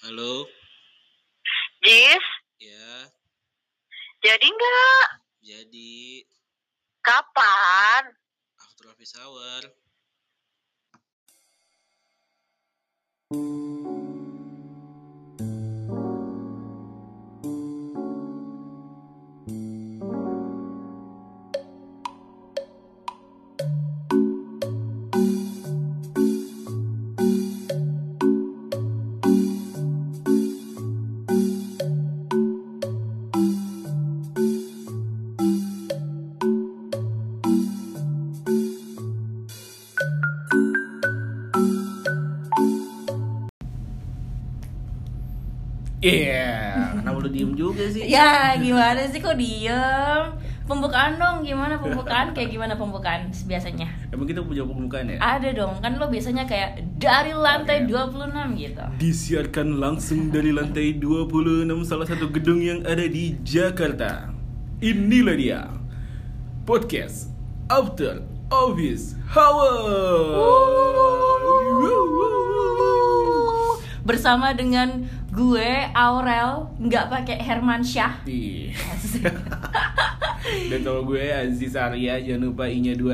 Halo, Jis, ya, jadi nggak? jadi Kapan? after office hour. Iya, kenapa lu diem juga sih? Ya gimana sih kok diem? Pembukaan dong, gimana pembukaan? Kayak gimana pembukaan biasanya? Emang kita punya pembukaan ya? Ada dong, kan lo biasanya kayak dari lantai Oke. 26 gitu. Disiarkan langsung dari lantai 26 salah satu gedung yang ada di Jakarta. Inilah dia, podcast After Office Hour. Bersama dengan gue Aurel, nggak pakai Hermansyah. Iya. Dan kalau gue Aziz Arya, jangan lupa I-nya 2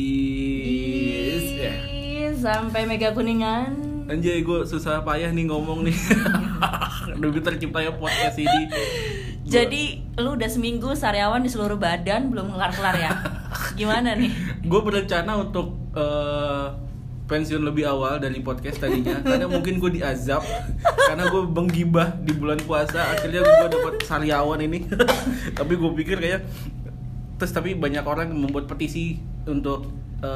Aziz. Ya. Sampai Mega Kuningan. Anjay, gue susah payah nih ngomong nih. Dulu terciptanya podcast ini. Jadi lu udah seminggu sariawan di seluruh badan belum kelar-kelar ya? Gimana nih? Gue berencana untuk pensiun lebih awal dari podcast tadinya, karena mungkin gue diazab karena gue menggibah di bulan puasa. Akhirnya gue dapat sariawan ini. Tapi gue pikir kayak tapi banyak orang membuat petisi untuk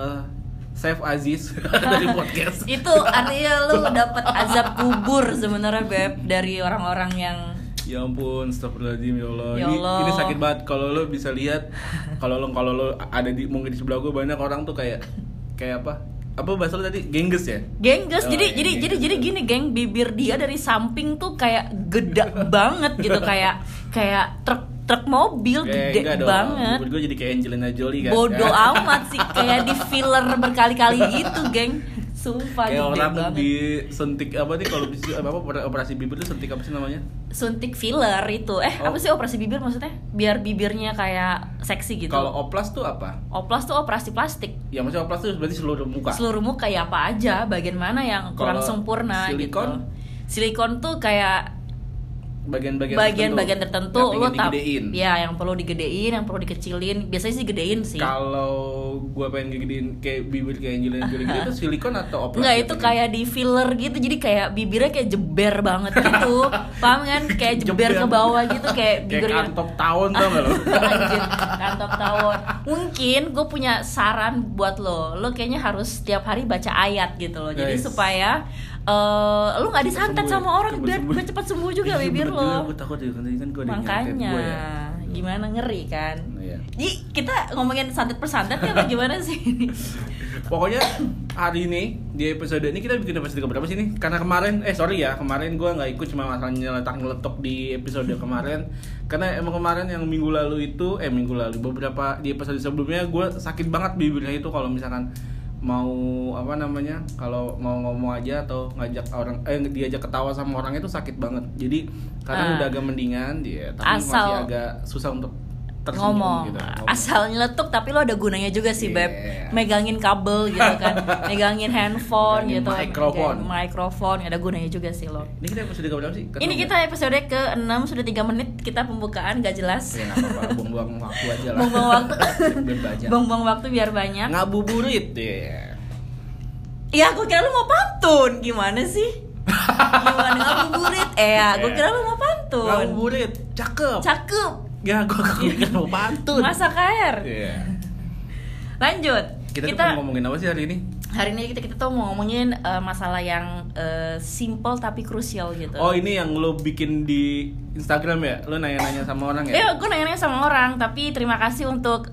save Aziz dari podcast. Itu artinya lu dapat azab kubur sebenarnya Beb dari orang-orang yang Ya ampun, astagfirullahaladzim, ya Allah. Ya Ini Allah. sakit banget. Kalau lo bisa lihat, kalau lo ada di mungkin di sebelah gue, banyak orang tuh kayak apa? Apa bahasa lo tadi? Gengges ya? gengges. Oh, jadi iya, jadi gengges. jadi gini, geng, bibir dia dari samping tuh kayak gede banget gitu, kayak truk mobil gede Enggak dong. banget. Bibir gue jadi kayak Angelina Jolie kan. Bodoh amat sih, kayak di filler berkali-kali gitu, geng. Sumpah Kayak gede orang banget. disuntik apa nih, kalau operasi bibir itu suntik apa sih namanya? Suntik filler itu. Apa sih operasi bibir maksudnya? Biar bibirnya kayak seksi gitu. Kalau oplas tuh apa? Oplas tuh operasi plastik. Ya maksudnya oplas tuh berarti seluruh muka. Seluruh muka ya, apa aja, bagian mana yang kurang Kalau sempurna silikon? gitu. Silikon tuh kayak bagian-bagian tertentu yang lo digedein. ya, yang perlu digedein, yang perlu dikecilin. Biasanya sih gedein sih. Kalau gue pengen gedein kayak bibir kayak Angelina Jolie gitu, itu silikon atau oplas? Enggak, itu kayak di filler gitu. Jadi kayak bibirnya kayak jeber banget gitu. Paham kan? Kayak jeber ke bawah gitu, kayak kayak bibirnya kantong tawon, tau gak lo? Anjir, kantong tawon. Mungkin gue punya saran buat lo. Lo kayaknya harus setiap hari baca ayat gitu loh. Jadi Guys. supaya lo nggak disantet Sembuh ya, sama orang, cepet biar sembuh. cepat sembuh juga Iya, bibir bener lo. juga, gue takut ya, kan gue ada yang nyantet Makanya gue ya. gimana, ngeri kan? Iya. Jadi kita ngomongin santet persantet ya apa gimana sih? Pokoknya hari ini di episode ini kita bikin episode berapa sih nih? Karena kemarin kemarin gue nggak ikut, cuma masalah nyeletok di episode kemarin. Karena emang kemarin yang minggu lalu beberapa di episode sebelumnya gue sakit banget bibirnya itu. Kalau misalkan mau kalau mau ngomong aja atau diajak ketawa sama orang itu sakit banget. Jadi kadang udah agak mendingan dia, tapi masih agak susah untuk tersenyum ngomong gitu. asal nyeletuk, tapi lo ada gunanya juga sih, Beb. Yeah. Megangin kabel gitu kan, megangin handphone Megangin gitu, mikrofon. megangin mikrofon, ada gunanya juga sih lo. Ini kita episode berapa sih? Ini kita episode ke-6, sudah 3 menit kita pembukaan, gak jelas. Ya nggak apa-apa, buang-buang waktu aja lah. Buang-buang waktu. Biar banyak. Buang-buang waktu biar banyak. Ngabuburit ya. Ya, gue kira lo mau pantun. Gimana sih? Gimana ngabuburit? Gue kira lo mau pantun. Ngabuburit, cakep. Cakep. Ya, gue kira mau pantun. Masak air. Iya. Lanjut. Kita tuh pengen ngomongin apa sih hari ini? Hari ini kita tuh mau ngomongin masalah yang simple tapi krusial gitu. Oh, ini yang lo bikin di Instagram ya? Lo nanya-nanya sama orang ya? Iya, gue nanya-nanya sama orang, tapi terima kasih untuk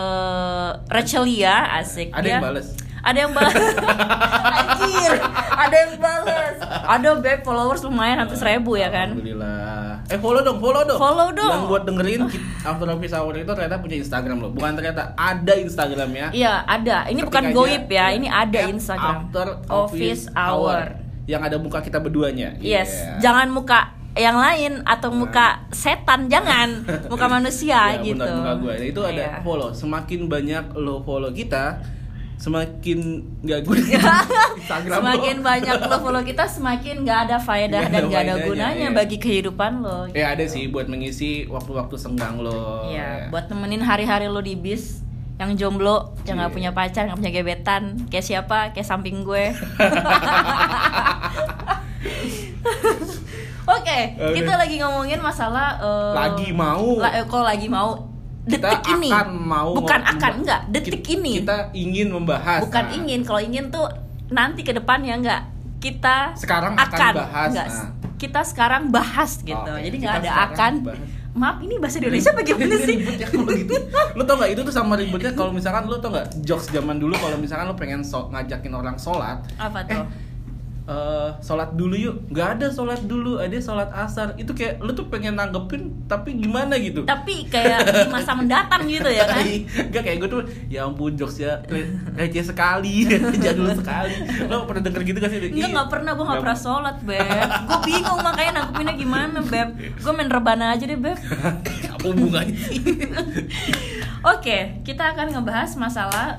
Rachelia, asik. Ada yang bales? Ada yang balas. Anjir, ada yang balas. Ada Beb, followers lumayan hampir 1,000 ya kan. Alhamdulillah. Follow dong. Follow dong. Yang buat dengerin After Office Hour itu ternyata punya Instagram loh. Bukan ternyata, ada Instagramnya. Iya, ada. Ini Ketik bukan aja, goib ya, ya. ini ada Instagram. After Office Hour. yang ada muka kita berduanya. Yes, Iya. jangan muka yang lain atau muka setan, jangan muka manusia Ya, gitu. benar, muka gue. Itu ada Iya. follow. Semakin banyak lo follow kita, semakin nggak guna Instagram Semakin lo. banyak lo follow kita, semakin nggak ada faedah Nggak dan ada nggak ada faedahnya, gunanya iya. bagi kehidupan lo. Ya ada sih buat mengisi waktu-waktu senggang lo. Iya, buat nemenin hari-hari lo di bis. Yang jomblo, yang nggak Iya. punya pacar, nggak punya gebetan, kayak siapa? Kayak samping gue. Oke, kita lagi ngomongin masalah Lagi mau. kalau lagi mau detik Kita ini. akan mau Bukan ngom- akan, enggak, detik Kita- ini. Kita ingin membahas. Bukan Nah, ingin, kalau ingin tuh nanti ke depannya enggak. Kita Sekarang akan bahas, Enggak, nah. kita sekarang bahas gitu. Oke, Jadi kita nggak ada sekarang akan. bahas. Maaf, ini bahasa Indonesia bagaimana sih? Ribet ya kalau gitu. Lo tau gak itu tuh sama ribetnya kalau misalkan lo tau gak jokes zaman dulu kalau misalkan lo pengen ngajakin orang sholat. Apa tuh? Sholat dulu yuk. Gak ada sholat dulu, ada sholat asar. Itu kayak lo tuh pengen nanggepin tapi gimana gitu. Tapi kayak di masa mendatang gitu ya kan? Gak kayak gue tuh, ya ampun jokes ya receh sekali, jadul sekali. Lo pernah denger gitu gak sih? Enggak pernah, gue gak pernah sholat, Beb. Gue bingung makanya nanggepinnya gimana, Beb. Gue main rebana aja deh, Beb. Apa hubungannya sih? Oke, kita akan ngebahas masalah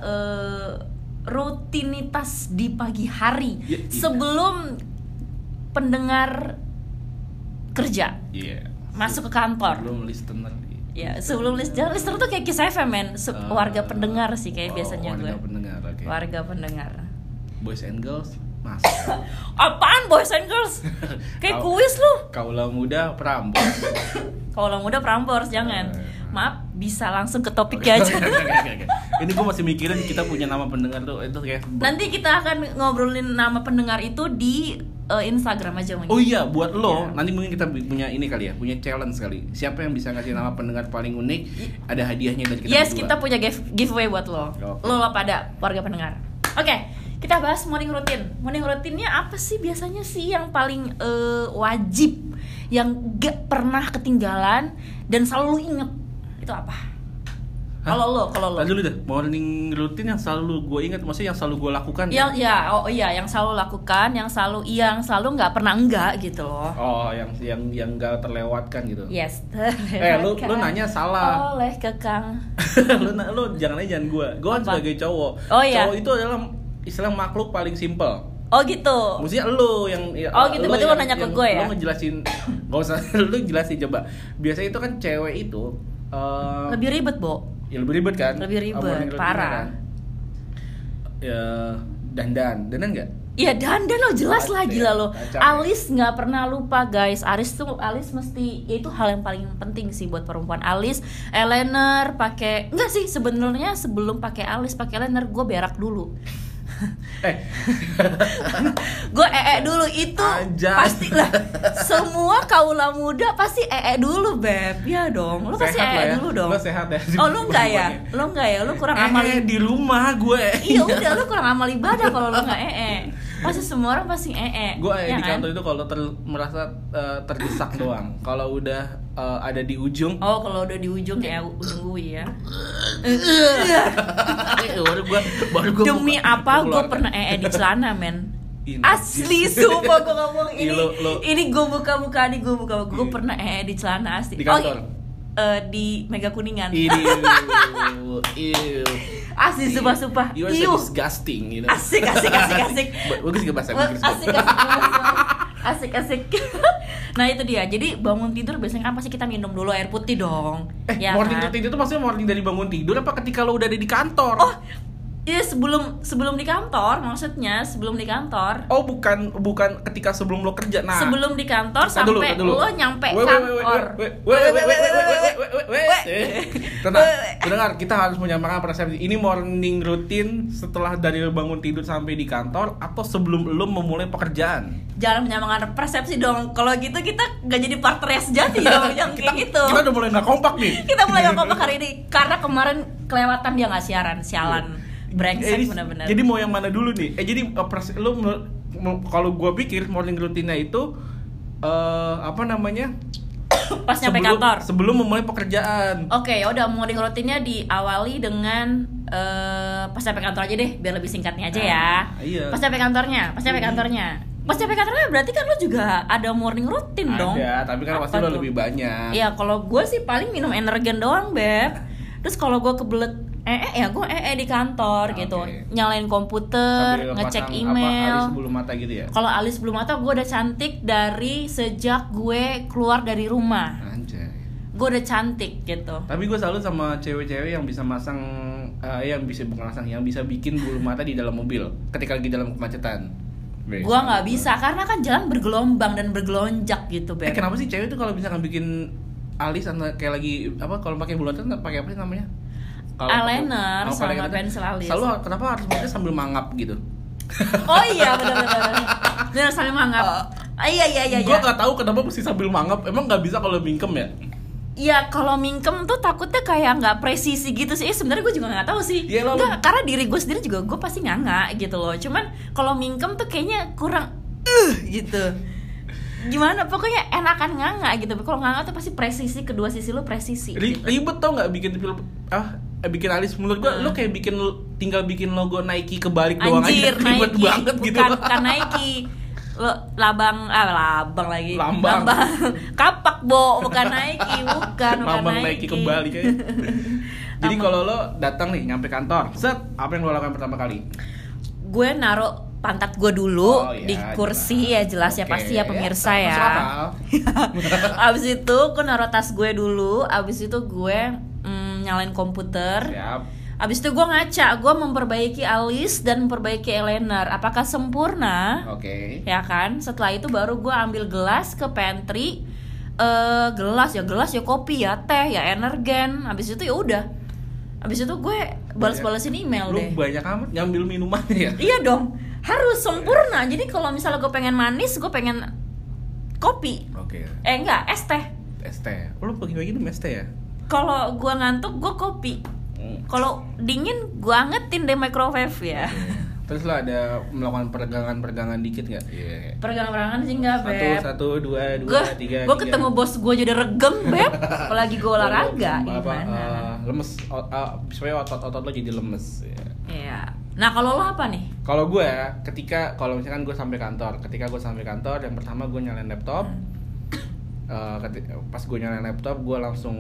rutinitas di pagi hari Ya, iya. sebelum pendengar kerja Iya. masuk ke kantor. Belum listener. Ya, sebelum listener tuh kayak kisah FM, men. Warga pendengar sih kayak biasanya warga gue. pendengar, oke. Warga pendengar. Boys and girls, masuk. Apaan boys and girls? Kayak Kau- kuis lu. Kaula muda Prambors. Kalau muda Prambors jangan. Maaf, bisa langsung ke topiknya aja. Oke. Ini gue masih mikirin kita punya nama pendengar tuh itu kayak. Nanti kita akan ngobrolin nama pendengar itu di Instagram aja mungkin. Oh iya, buat lo Iya. nanti mungkin kita punya ini kali ya, punya challenge kali. Siapa yang bisa ngasih nama pendengar paling unik, ada hadiahnya dari kita. Yes, berdua. kita punya giveaway buat lo. Oke. Lo pada warga pendengar. Oke, kita bahas morning routine. Morning routine-nya apa sih biasanya sih yang paling wajib, yang gak pernah ketinggalan dan selalu inget? Itu apa? Hah? Kalau lo. Tadi dulu deh, morning routine yang selalu gue ingat, maksudnya yang selalu gue lakukan. Yang yang selalu lakukan, yang selalu nggak pernah enggak gitu loh. Oh, yang nggak terlewatkan gitu. Yes. Lu nanya salah. Oleh kekang. lu jangan gue kan Apa? sebagai cowok. Oh, iya. Cowok itu adalah istilah makhluk paling simpel. Oh gitu. Maksudnya lu yang Oh, gitu. Berarti lu nanya ke gue ya? Lu ngejelasin, gak usah lu jelasin coba. Biasanya itu kan cewek itu Lebih ribet, Bo. ya lebih ribet kan? Lebih ribet, Morning routine-nya parah. kan? Ya dandan nggak? Iya, dandan lo jelas lah, Kacau, gila lo. kacau. Alis nggak pernah lupa guys. Alis mesti, ya itu hal yang paling penting sih buat perempuan. Alis, eyeliner, pakai enggak sih sebenarnya sebelum pakai alis, pakai eyeliner gue berak dulu. Gue dulu itu Anjay. pasti lah. Semua kaula muda pasti dulu, Beb. Ya dong. Lu pasti Sehat lah ya. dulu dong. Lu sehat ya. Oh, lu enggak ya? Lu enggak ya? Lu kurang amal di rumah gue. Iya udah, lu kurang amal ibadah kalau lu nggak pasti semua orang pasti Gue ya di kan? kantor itu kalau merasa terdesak doang. Kalau udah ada di ujung, Oh, kalau udah di ujung ujung gue ya. baru gua Demi buka- apa gue keluarkan. pernah di celana, men. Ini. Asli, sumpah gue ngomong ini. Iya, lo. Ini gue buka nih, gue pernah di celana asli. Di kantor? Di Mega Kuningan. Ini. Asli, sumpah. You are so disgusting, you know. Asik. Bagus gak bahasa Inggris? Asik. Nah itu dia. Jadi bangun tidur biasanya kan pasti kita minum dulu air putih dong. Ya Morning kan? routine itu maksudnya morning dari bangun tidur apa ketika lo udah ada di kantor? Oh, iya sebelum di kantor, maksudnya sebelum di kantor. Oh, bukan ketika sebelum lo kerja. Nah, Sebelum di kantor Tar dulu. sampai lo nyampe Wait, kantor. Tenang, dengar, kita harus menyamakan persepsi. Ini morning routine setelah dari lo bangun tidur sampai di kantor atau sebelum lo memulai pekerjaan? Jangan menyamakan persepsi dong. Kalau gitu kita gak jadi partner yang sejati dong, yang kayak gitu. Kita udah mulai nggak kompak nih. Kita mulai gak kompak hari ini karena kemarin kelewatan dia nggak sialan. Brengsek benar-benar. Jadi mau yang mana dulu nih? Jadi lo kalau gua pikir morning routine-nya itu apa namanya? Pas nyampe kantor. Sebelum memulai pekerjaan. Oke, ya udah morning routine-nya diawali dengan pas sampai kantor aja deh, biar lebih singkatnya aja ya. Iya. Pas sampai kantornya. Pas capek kantornya berarti kan lo juga ada morning routine dong. Ada, tapi kan pasti lo lebih banyak. Iya, kalau gue sih paling minum energen doang, Beb. Terus kalau gue kebelet gue di kantor gitu. Nyalain komputer, sambil ngecek pasang email. alis bulu mata gitu ya. Kalau alis bulu mata gue udah cantik dari sejak gue keluar dari rumah. Anjay. Gue udah cantik gitu. Tapi gue salut sama cewek-cewek yang bisa masang yang bisa bikin bulu mata di dalam mobil ketika lagi dalam kemacetan. Gue nggak bisa karena kan jalan bergelombang dan bergelonjak gitu, Beb. Kenapa sih cewek tuh kalau misalkan bikin alis kayak lagi kalau pakai bulu mata pakai apa sih namanya? Eyeliner sama pensil alis. Selalu kenapa harus pakai sambil mangap gitu? Oh iya, benar sambil mangap. Iya. Gue nggak tahu kenapa mesti sambil mangap. Emang nggak bisa kalau mingkem ya? Iya, kalau mingkem tuh takutnya kayak nggak presisi gitu sih. Sebenarnya gue juga nggak tahu sih. Nggak, karena diri gue sendiri juga gue pasti nganga gitu loh. Cuman kalau mingkem tuh kayaknya kurang gitu. Gimana? Pokoknya enakan nganga gitu. Kalau nganga tuh pasti presisi, kedua sisi lo presisi. Ribet tau nggak bikin alis menurut gue. Lo kayak tinggal bikin logo Nike kebalik doang aja. Ribet Nike, banget gitu. Bukan Nike. Lo labang lagi. Lambang. Kapak, Bo, bukan Nike, bukan lambang Nike. Nike kebalik aja. Jadi kalau lo datang nih nyampe kantor, apa yang lo lakukan pertama kali? Gue naruh pantat gue dulu di kursi jelas ya pasti ya pemirsa ya. Abis itu gue naruh tas gue dulu, abis itu gue nyalain komputer. Siap. Abis itu gue ngaca, gue memperbaiki alis dan memperbaiki eyeliner. Apakah sempurna? Oke. Ya kan. Setelah itu baru gue ambil gelas ke pantry. Gelas ya kopi ya teh ya energen. Abis itu ya udah. Abis itu gue balas-balasin email deh. Lu banyak amat ngambil minumannya ya? Iya dong, harus sempurna. Jadi kalau misalnya gue pengen manis, gue pengen kopi. Oke. Enggak, es teh. Es teh. Lu pagi-pagi minum es teh ya? Kalau gue ngantuk, gue kopi. Kalau dingin, gue angetin deh microwave ya. Terus lo ada melakukan peregangan dikit nggak? Yeah. Peregangan sih nggak, Beb. Satu, dua, tiga. Gue ketemu bos gue jadi regem, Beb. Apalagi gue olahraga. Lemes, supaya otot-otot lo jadi lemes. Iya. Nah kalau lo apa nih? Kalau gue, kalau misalkan gue sampai kantor, yang pertama gue nyalain laptop. Pas gue nyalain laptop, gue langsung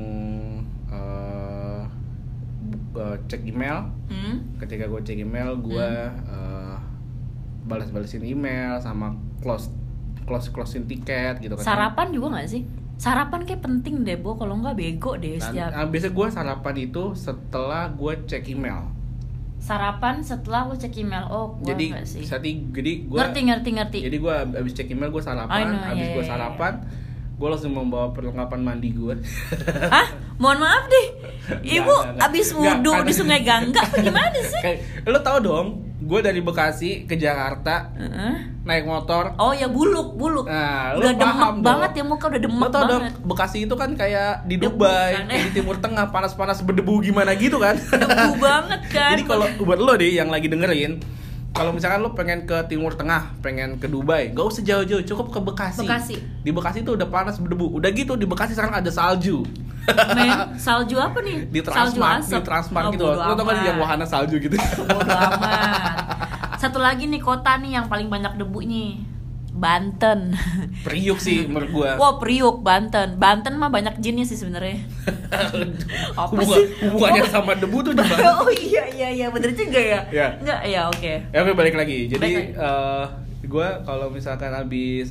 cek email. Ketika gue cek email, gue balas-balasin email sama closein tiket gitu kan. Sarapan juga nggak sih? Sarapan kayak penting deh, Bo. Kalau nggak bego deh setiap. Biasanya gue sarapan itu setelah gue cek email. Sarapan setelah lo cek email. Oh, gue nggak sih. Jadi gue ngerti. Jadi gue abis cek email gue sarapan. Gue sarapan, gue langsung membawa perlengkapan mandi gue. Hah? Mohon maaf deh, Ibu abis wudhu di Sungai Gangga apa gimana sih? Lo tau dong, gue dari Bekasi ke Jakarta naik motor. Oh ya buluk. Nah, udah demek banget ya muka udah demek banget. Dong, Bekasi itu kan kayak di Dubai, kan, di Timur Tengah panas-panas berdebu gimana gitu kan? Debu banget kan. Jadi kalau buat lo deh yang lagi dengerin, kalau misalkan lo pengen ke Timur Tengah, pengen ke Dubai, gak usah jauh-jauh, cukup ke Bekasi. Di Bekasi tuh udah panas berdebu. Udah gitu di Bekasi sekarang ada salju. Men, salju apa nih? Di Transmart gitu. Lo tau kan yang wahana salju gitu. Bodo amat. Satu lagi nih kota nih yang paling banyak debunya. Banten. Priuk sih menurut gua. Wah, Priuk, Banten. Banten mah banyak jinnya sih sebenarnya. Hubungannya sama debu tuh di Banten. Oh iya, bener juga ya. Enggak, ya oke. Ya oke, balik lagi. Jadi gua kalau misalkan habis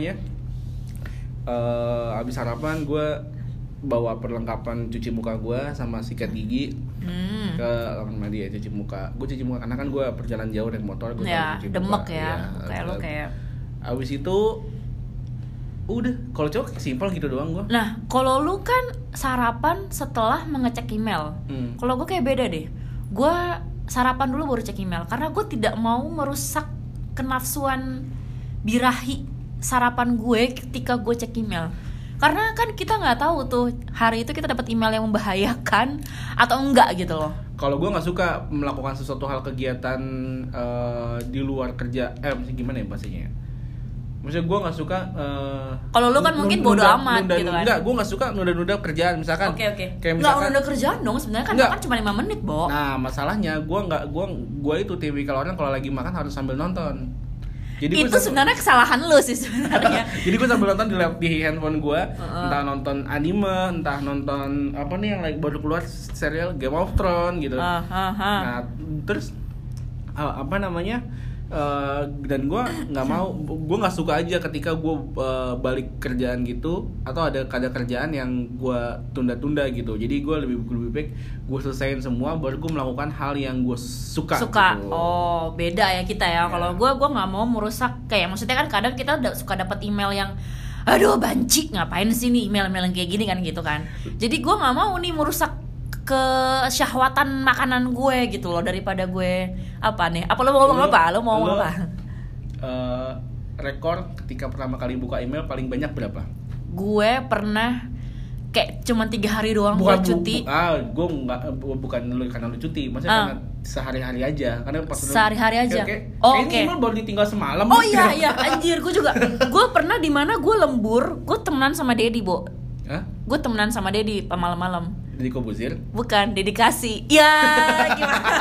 habis sarapan gua bawa perlengkapan cuci muka gue sama sikat gigi ke kamar mandi ya, cuci muka karena kan gue perjalanan jauh naik motor, gue cuci demek muka kayak lo kayak abis itu udah. Kalau cowok simpel gitu doang gue. Nah kalau lu kan sarapan setelah mengecek email. Kalau gue kayak beda deh, gue sarapan dulu baru cek email karena gue tidak mau merusak kenafsuan birahi sarapan gue ketika gue cek email. Karena kan kita nggak tahu tuh hari itu kita dapat email yang membahayakan atau enggak gitu loh. Kalau gue nggak suka melakukan sesuatu hal kegiatan di luar kerja, gimana ya bahasanya? Maksudnya gue nggak suka. Kalau lu kan mungkin bodo amat gitu kan? Enggak, gue nggak suka nunda-nunda kerjaan misalkan. Oke. Kayak nggak nunda kerjaan dong sebenarnya kan cuma 5 menit, Bo. Nah masalahnya gue itu tipikal orang kalau lagi makan harus sambil nonton. Jadi itu sebenarnya kesalahan lu sih sebenarnya. Jadi gue sambil nonton di handphone gue, entah nonton anime, entah nonton apa nih yang lagi baru keluar serial Game of Thrones gitu. Nah terus apa namanya? Dan gue nggak suka aja ketika gue balik kerjaan gitu atau ada kerjaan yang gue tunda-tunda gitu. Jadi gue lebih baik gue selesaiin semua baru gue melakukan hal yang gue suka gitu. Oh beda ya kita ya. Kalau gue nggak mau merusak, kayak maksudnya kan kadang kita suka dapat email yang aduh banci, ngapain sih nih email yang kayak gini kan gitu kan. Jadi gue nggak mau nih merusak kesyahwatan makanan gue gitu loh, daripada gue apa nih? Apa lo mau ngomong apa? Lo mau ngomong apa? Rekor ketika pertama kali buka email paling banyak berapa? Gue pernah kayak cuma 3 hari doang buat cuti. Gue nggak, bukan lu karena lu cuti, maksudnya karena sehari-hari aja. Karena pas sehari-hari aja. Oke. Email baru ditinggal semalam. Oh iya anjir, gue juga. Gue pernah di mana gue lembur, gue temenan sama Dedi, Bo. Hah? Gue temenan sama Dedi malam-malam. Deddy Kobuzir? Bukan, dedikasi. Ya, gimana?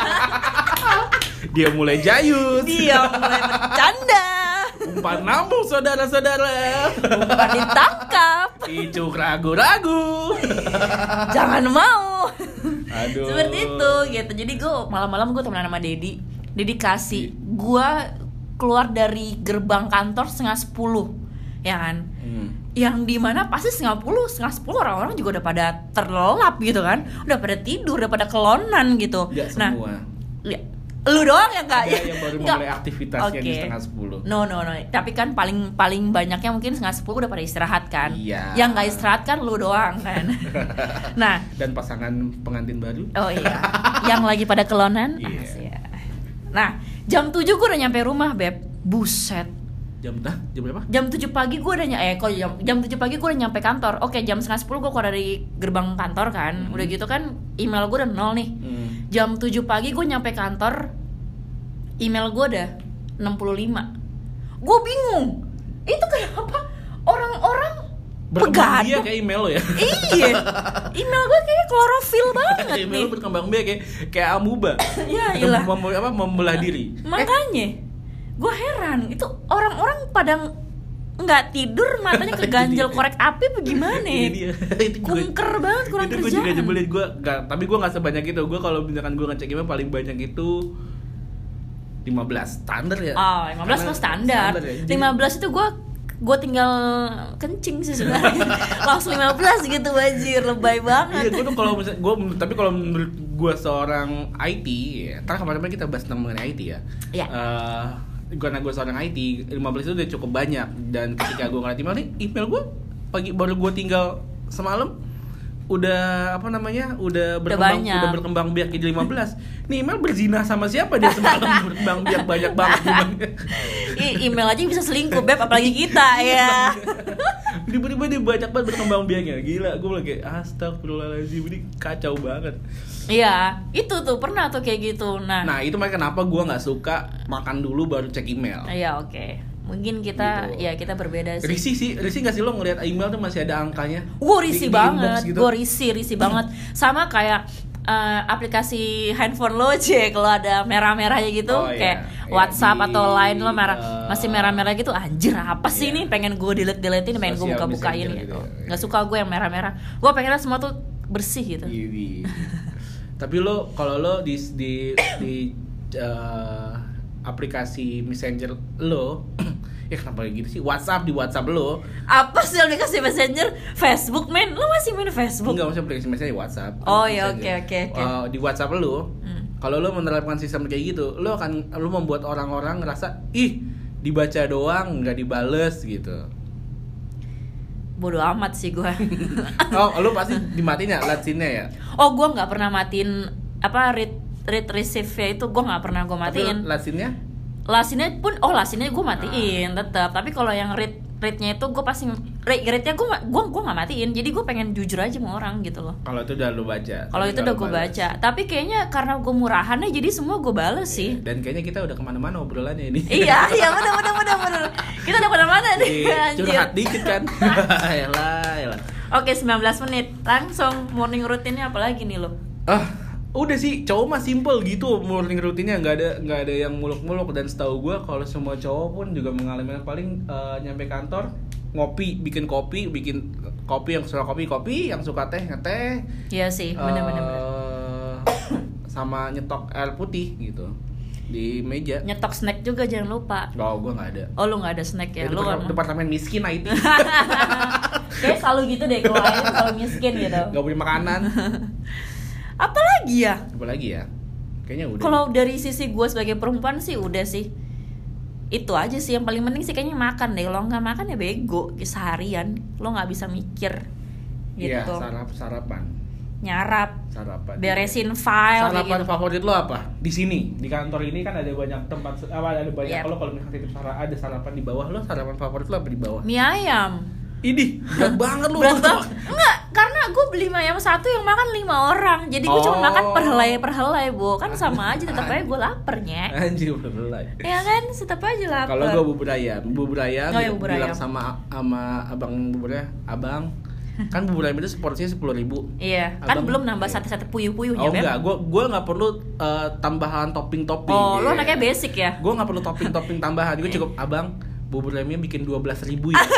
Dia mulai jayus. Dia mulai bercanda. Umpan lambung saudara-saudara. Umpan ditangkap. Icuk ragu-ragu. Jangan mau. Aduh. Seperti itu gitu. Jadi gue malam-malam gue temenan sama Dedi. Dedikasi. Gue keluar dari gerbang kantor 9:30, ya kan? Yang dimana pasti 9:10 orang-orang juga udah pada terlelap gitu kan, udah pada tidur, udah pada kelonan gitu. Gak nah, semua. Ya, lu doang yang enggak ya? Yang baru mulai aktivitasnya di 9:30. No. Tapi kan paling banyaknya mungkin 9:10 udah pada istirahat kan. Iya. Yang nggak istirahat kan lu doang kan. Nah. Dan pasangan pengantin baru. Oh iya. Yang lagi pada kelonan. Iya. Nah, jam 7 gue udah nyampe rumah, Beb. Buset. Jam berapa? Jam 7 pagi gue udah jam 7 pagi gue udah nyampe kantor. Oke, jam 9:30 gue keluar dari gerbang kantor kan. Udah gitu kan email gue udah 0 nih. Jam 7 pagi gue nyampe kantor, email gue udah 65. Gue bingung. Itu kenapa orang-orang berkembang biak kayak email lo ya? Iya. Email gue kayak klorofil banget nih. Email lo berkembang biak kayak amuba. Ya iyalah. Membelah diri. Makanya gue heran, itu orang-orang pada nggak tidur, matanya keganjel korek api bagaimana ya? Kunker banget, kurang kerjaan. Itu gue juga jebelin, tapi gue nggak sebanyak itu. Gue kalau misalkan gue ngecek email paling banyak itu 15 standar ya. Oh, 15 mah standar ya. 15 itu gue tinggal kencing sih sebenarnya. Langsung 15 gitu, wajir, lebay banget. Iya, gue tuh kalau misalnya tapi kalau menurut gue seorang IT, ya, kemarin kita bahas mengenai IT ya. Iya. Karena gue seorang IT, 15 itu udah cukup banyak. Dan ketika gue ngeliat email gue pagi baru gue tinggal semalam udah udah berkembang biak jadi 15. Nih email berzina sama siapa dia semalam berkembang biak banyak banget. Email aja bisa selingkuh, Beb, apalagi kita ya. Tiba-tiba dia banyak banget berkembang biaknya. Gila, gue lagi astagfirullahaladzim, ini kacau banget. Iya, itu tuh pernah tuh kayak gitu. Nah itu makanya kenapa gue nggak suka makan dulu baru cek email. Iya, oke. Mungkin kita gitu. Ya kita berbeda sih. Risih nggak sih lo ngelihat email tuh masih ada angkanya? Gue risih banget, gitu. Gue risih banget. Sama kayak aplikasi handphone lo aja kalau ada merah-merahnya gitu, kayak WhatsApp atau Line lo masih merah-merah gitu, anjir apa sih ini, pengen gue delete-deletein, pengen gue buka-bukain gitu. Nggak suka gue yang merah-merah. Gue pengennya semua tuh bersih gitu. Tapi lo kalau lo di aplikasi Messenger lo ya kenapa gitu sih? Di WhatsApp lo apa sih aplikasi Messenger? Facebook, men, lo masih main Facebook? Enggak, maksudnya aplikasi Messenger WhatsApp. Oh ya, oke. Di WhatsApp lo kalau lo menerapkan sistem kayak gitu, lo membuat orang-orang ngerasa dibaca doang nggak dibales gitu. Bodoh amat sih gue. Oh, lo pasti dimatiin ya LAN-nya ya? Oh, gue nggak pernah matiin read receive-nya itu, gue nggak pernah gue matiin. Tapi LAN-nya gue matiin tetap. Tapi kalau yang read-nya itu gue pasti read-nya gue nggak matiin. Jadi gue pengen jujur aja sama orang gitu loh. Kalau itu udah lo baca. Kalau itu udah gue baca. Tapi kayaknya karena gue murahan ya, jadi semua gue bales sih. Dan kayaknya kita udah kemana-mana obrolannya ini. Iya benar. Kita udah kemana-mana nih. Curhat dikit kan. Yalah. Oke, 19 menit. Langsung morning routine-nya apa lagi nih lo? Udah sih, cowok mah simple gitu morning rutinnya, nggak ada yang muluk-muluk. Dan setahu gue kalau semua cowok pun juga mengalami yang paling nyampe kantor ngopi, bikin kopi yang suka kopi, yang suka teh ngeteh. Iya sih, benar-benar. Sama nyetok air putih gitu di meja. Nyetok snack juga jangan lupa. Oh, gue nggak ada. Oh, lu nggak ada snack ya? Lu departemen miskin IT. Kayak selalu gitu deh, kalau lain selalu miskin gitu. Gak punya makanan. Apalagi ya? Kayaknya udah. Kalau dari sisi gue sebagai perempuan sih udah sih. Itu aja sih yang paling penting sih kayaknya makan deh. Kalau nggak makan ya bego seharian. Lo nggak bisa mikir gitu. Iya, sarapan. Nyarap. Sarapan. Beresin file. Sarapan gitu. favorit lo apa? Di sini, di kantor ini kan ada banyak tempat. Ada banyak. Yep. Kalau misalnya titip ada sarapan di bawah lo, sarapan favorit lo apa di bawah? Mie ayam. Idih, berat banget lu. Berat banget. Enggak, karena gue beli mie ayam satu yang makan 5 orang. Jadi gue cuma makan perhelai, Bu. Kan sama aja, tetap aja gue lapar, Nyek. Anjir, perhelai. Ya kan, tetap aja lapar. Kalau gue bubur ayam bubur bilang ayam. sama abang buburnya, "Abang, kan bubur ayam itu seporsinya 10.000." Iya, kan Abang, belum nambah iya. sate-sate puyuh-puyuhnya, Oh Beb. enggak, gue nggak perlu tambahan topping-topping. Oh, lo anaknya basic ya? Gue nggak perlu topping tambahan. Gue cukup, "Abang, bubur ayamnya bikin 12.000 ya."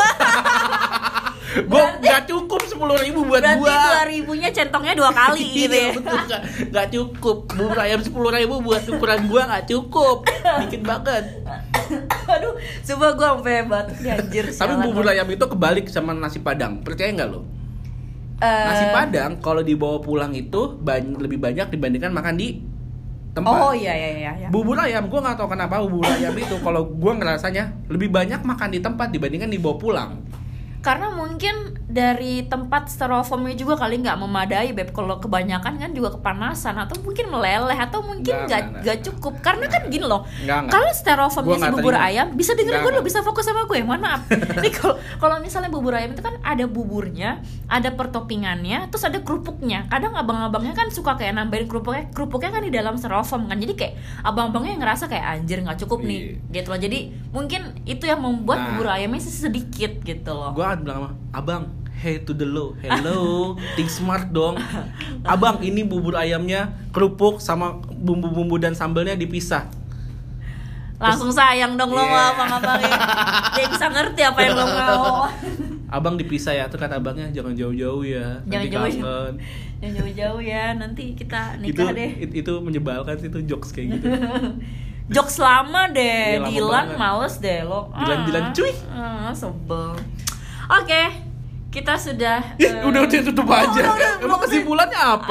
Gue nggak cukup 10.000 buat berarti gua. 2.000-nya centongnya 2 kali gitu ya. Iya, betul, nggak cukup. Bubur ayam 10.000 buat ukuran gua nggak cukup. Dikit banget. Aduh, coba gue sampai batuk nih, anjir. Tapi bubur ayam itu kebalik sama nasi padang. Percaya nggak lo? Nasi padang kalau dibawa pulang itu lebih banyak dibandingkan makan di tempat. Oh iya. Bubur ayam, gue nggak tahu kenapa bubur ayam itu kalau gue ngerasanya lebih banyak makan di tempat dibandingkan dibawa pulang. Karena mungkin dari tempat styrofoamnya juga kali nggak memadai, Beb. Kalau kebanyakan kan juga kepanasan atau mungkin meleleh atau mungkin nggak cukup. Karena kan gini loh, kalau styrofoamnya si bubur ayam bisa dengerin gue, lo bisa fokus sama gue. Mohon maaf. Nih kalau misalnya bubur ayam itu kan ada buburnya, ada pertoppingannya, terus ada kerupuknya. Kadang abang-abangnya kan suka kayak nambahin kerupuknya kan di dalam styrofoam kan. Jadi kayak abang-abangnya ngerasa kayak anjir nggak cukup nih, gitu loh. Jadi mungkin itu yang membuat bubur ayamnya sedikit gitu loh. Gue akan bilang sama abang, hey to the low, hello, think smart dong. Abang, ini bubur ayamnya, kerupuk sama bumbu-bumbu dan sambalnya dipisah. Langsung sayang dong lo sama abang-abangnya. Dia bisa ngerti apa yang lo mau. Abang dipisah ya, tuh kata abangnya, jangan jauh-jauh ya. Jangan jauh-jauh ya, nanti kita nikah deh. Itu menyebalkan sih, itu jokes kayak gitu. Jokes lama deh, Iya, lama Dilan banget. males deh lo. Dilan cuy. Sebel. Oke, kita sudah. Udah tutup aja. udah, Emang kesimpulannya apa?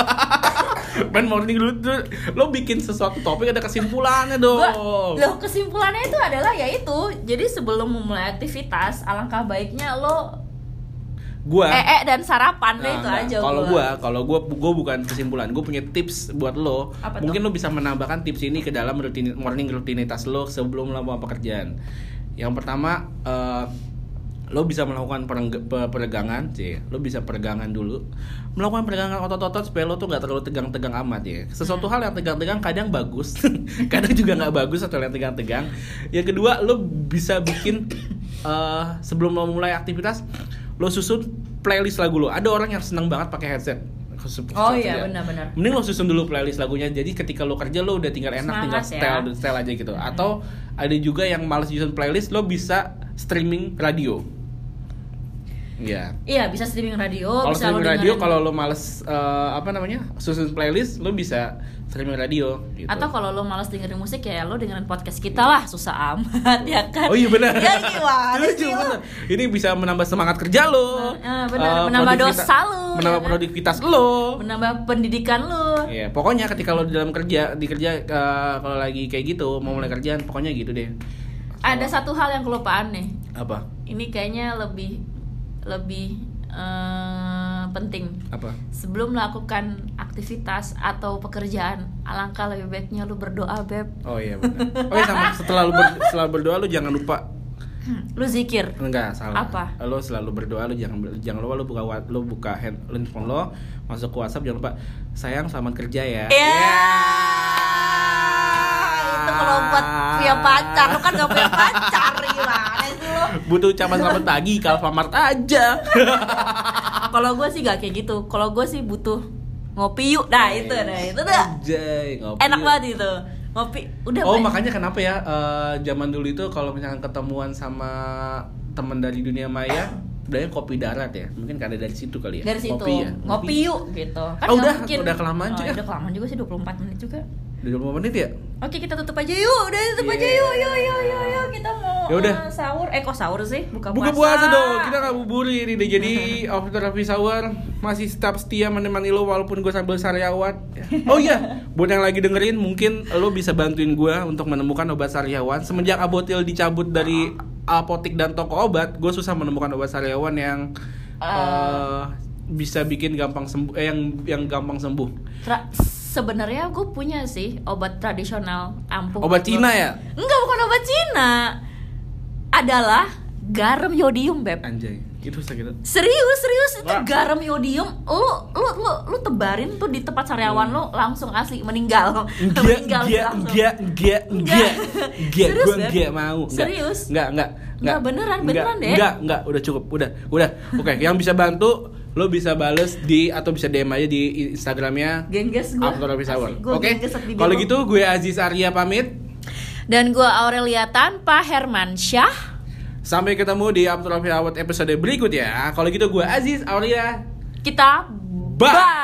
Man morning lo bikin sesuatu topik ada kesimpulannya dong. Loh, kesimpulannya itu adalah yaitu, jadi sebelum memulai aktivitas, alangkah baiknya lo dan sarapan deh, itu aja. Kalau gua bukan kesimpulan, gua punya tips buat lo. Apa Mungkin tuh? lo bisa menambahkan tips ini ke dalam morning rutinitas lo sebelum melakukan pekerjaan. Yang pertama, lo bisa melakukan peregangan, lo bisa peregangan dulu, melakukan peregangan otot-otot supaya lo tuh nggak terlalu tegang-tegang amat ya. Sesuatu hal yang tegang-tegang kadang bagus, kadang juga nggak bagus atau yang tegang-tegang. Yang kedua, lo bisa bikin sebelum lo mulai aktivitas, lo susun playlist lagu lo. Ada orang yang senang banget pakai headset. Oh iya, benar-benar. Mending lo susun dulu playlist lagunya. Jadi ketika lo kerja lo udah tinggal enak, semangat tinggal style aja gitu. Atau ada juga yang malas susun playlist, lo bisa streaming radio. Iya, bisa streaming radio. Kalau bisa streaming radio, kalau lo males susun playlist, lo bisa streaming radio gitu. Atau kalau lo malas dengerin musik ya lo dengerin podcast kita lah, susah amat ya kan. Oh iya benar. Ya gimana sih lo? Bener. Ini bisa menambah semangat kerja lo. Benar, menambah dosa lo. Menambah ya kan? produktivitas lo. Menambah pendidikan lo. Iya, pokoknya ketika lo di dalam kerja kalau lagi kayak gitu mau mulai kerjaan, pokoknya gitu deh. Ada satu hal yang kelupaan nih. Apa? Ini kayaknya lebih penting. Apa? Sebelum melakukan aktivitas atau pekerjaan, alangkah lebih baiknya lu berdoa, Beb. Oh iya benar. Oh iya, sama setelah berdoa lu jangan lupa. Lu zikir. Enggak, salah. Apa? Lo selalu berdoa, lu jangan lupa lu buka handphone lo, masuk ke WhatsApp, jangan lupa, sayang selamat kerja ya. Itu kalau buat punya pacar, lu kan gak punya pacar, gimana sih lu? Butuh ucapan selamat pagi, ke Alfamart aja. Kalau gue sih gak kayak gitu. Kalau gue sih butuh Ngopi yuk. Nah, itu dah. Anjay, ngopi Enak yuk. banget itu. Ngopi. Udah. Oh, Pak. makanya kenapa ya zaman dulu itu kalau misalkan ketemuan sama teman dari dunia maya, bilangnya kopi darat ya. Mungkin ada dari situ kali ya. Dari situ. Ngopi ya. Ngopi yuk gitu. Kan Oh, nggak mungkin. udah kelamaan juga. Udah kelamaan juga sih 24 menit juga. Udah 20 menit ya? Oke, kita tutup aja yuk. Udah tutup aja yuk. Yuk. Kita mau Yaudah. sahur. Kok sahur sih? Buka Buka puasa dong, kita gak buburin ini. Jadi After Happy Hour masih tetap setia menemani lo walaupun gue sambil sariawan. Oh iya, buat yang lagi dengerin, mungkin lo bisa bantuin gue untuk menemukan obat sariawan. Semenjak Abotil dicabut dari apotik dan toko obat, gue susah menemukan obat sariawan yang bisa bikin gampang sembuh, yang gampang sembuh. Sebenarnya gue punya sih obat tradisional ampuh. Obat Cina ya? Enggak, bukan obat Cina. Adalah garam yodium, Beb. Anjay, itu sakit. Serius itu Wah. garam yodium. Lu tebarin tuh di tempat sariawan lu langsung asli meninggal. Meninggal langsung. Enggak. Serius, Gue Beb? enggak mau. Serius? Enggak. Beneran deh. Enggak, udah cukup, udah. Oke, yang bisa bantu lo bisa bales atau bisa DM aja di Instagramnya Gengges gue. After Happy Hour. Gua Oke. gengges di Kalau bibir. gitu gue Aziz Arya pamit. Dan gue Aurelia tanpa Hermansyah. Sampai ketemu di After Happy Hour episode berikutnya. Kalau gitu gue Aziz Arya. Kita Bye.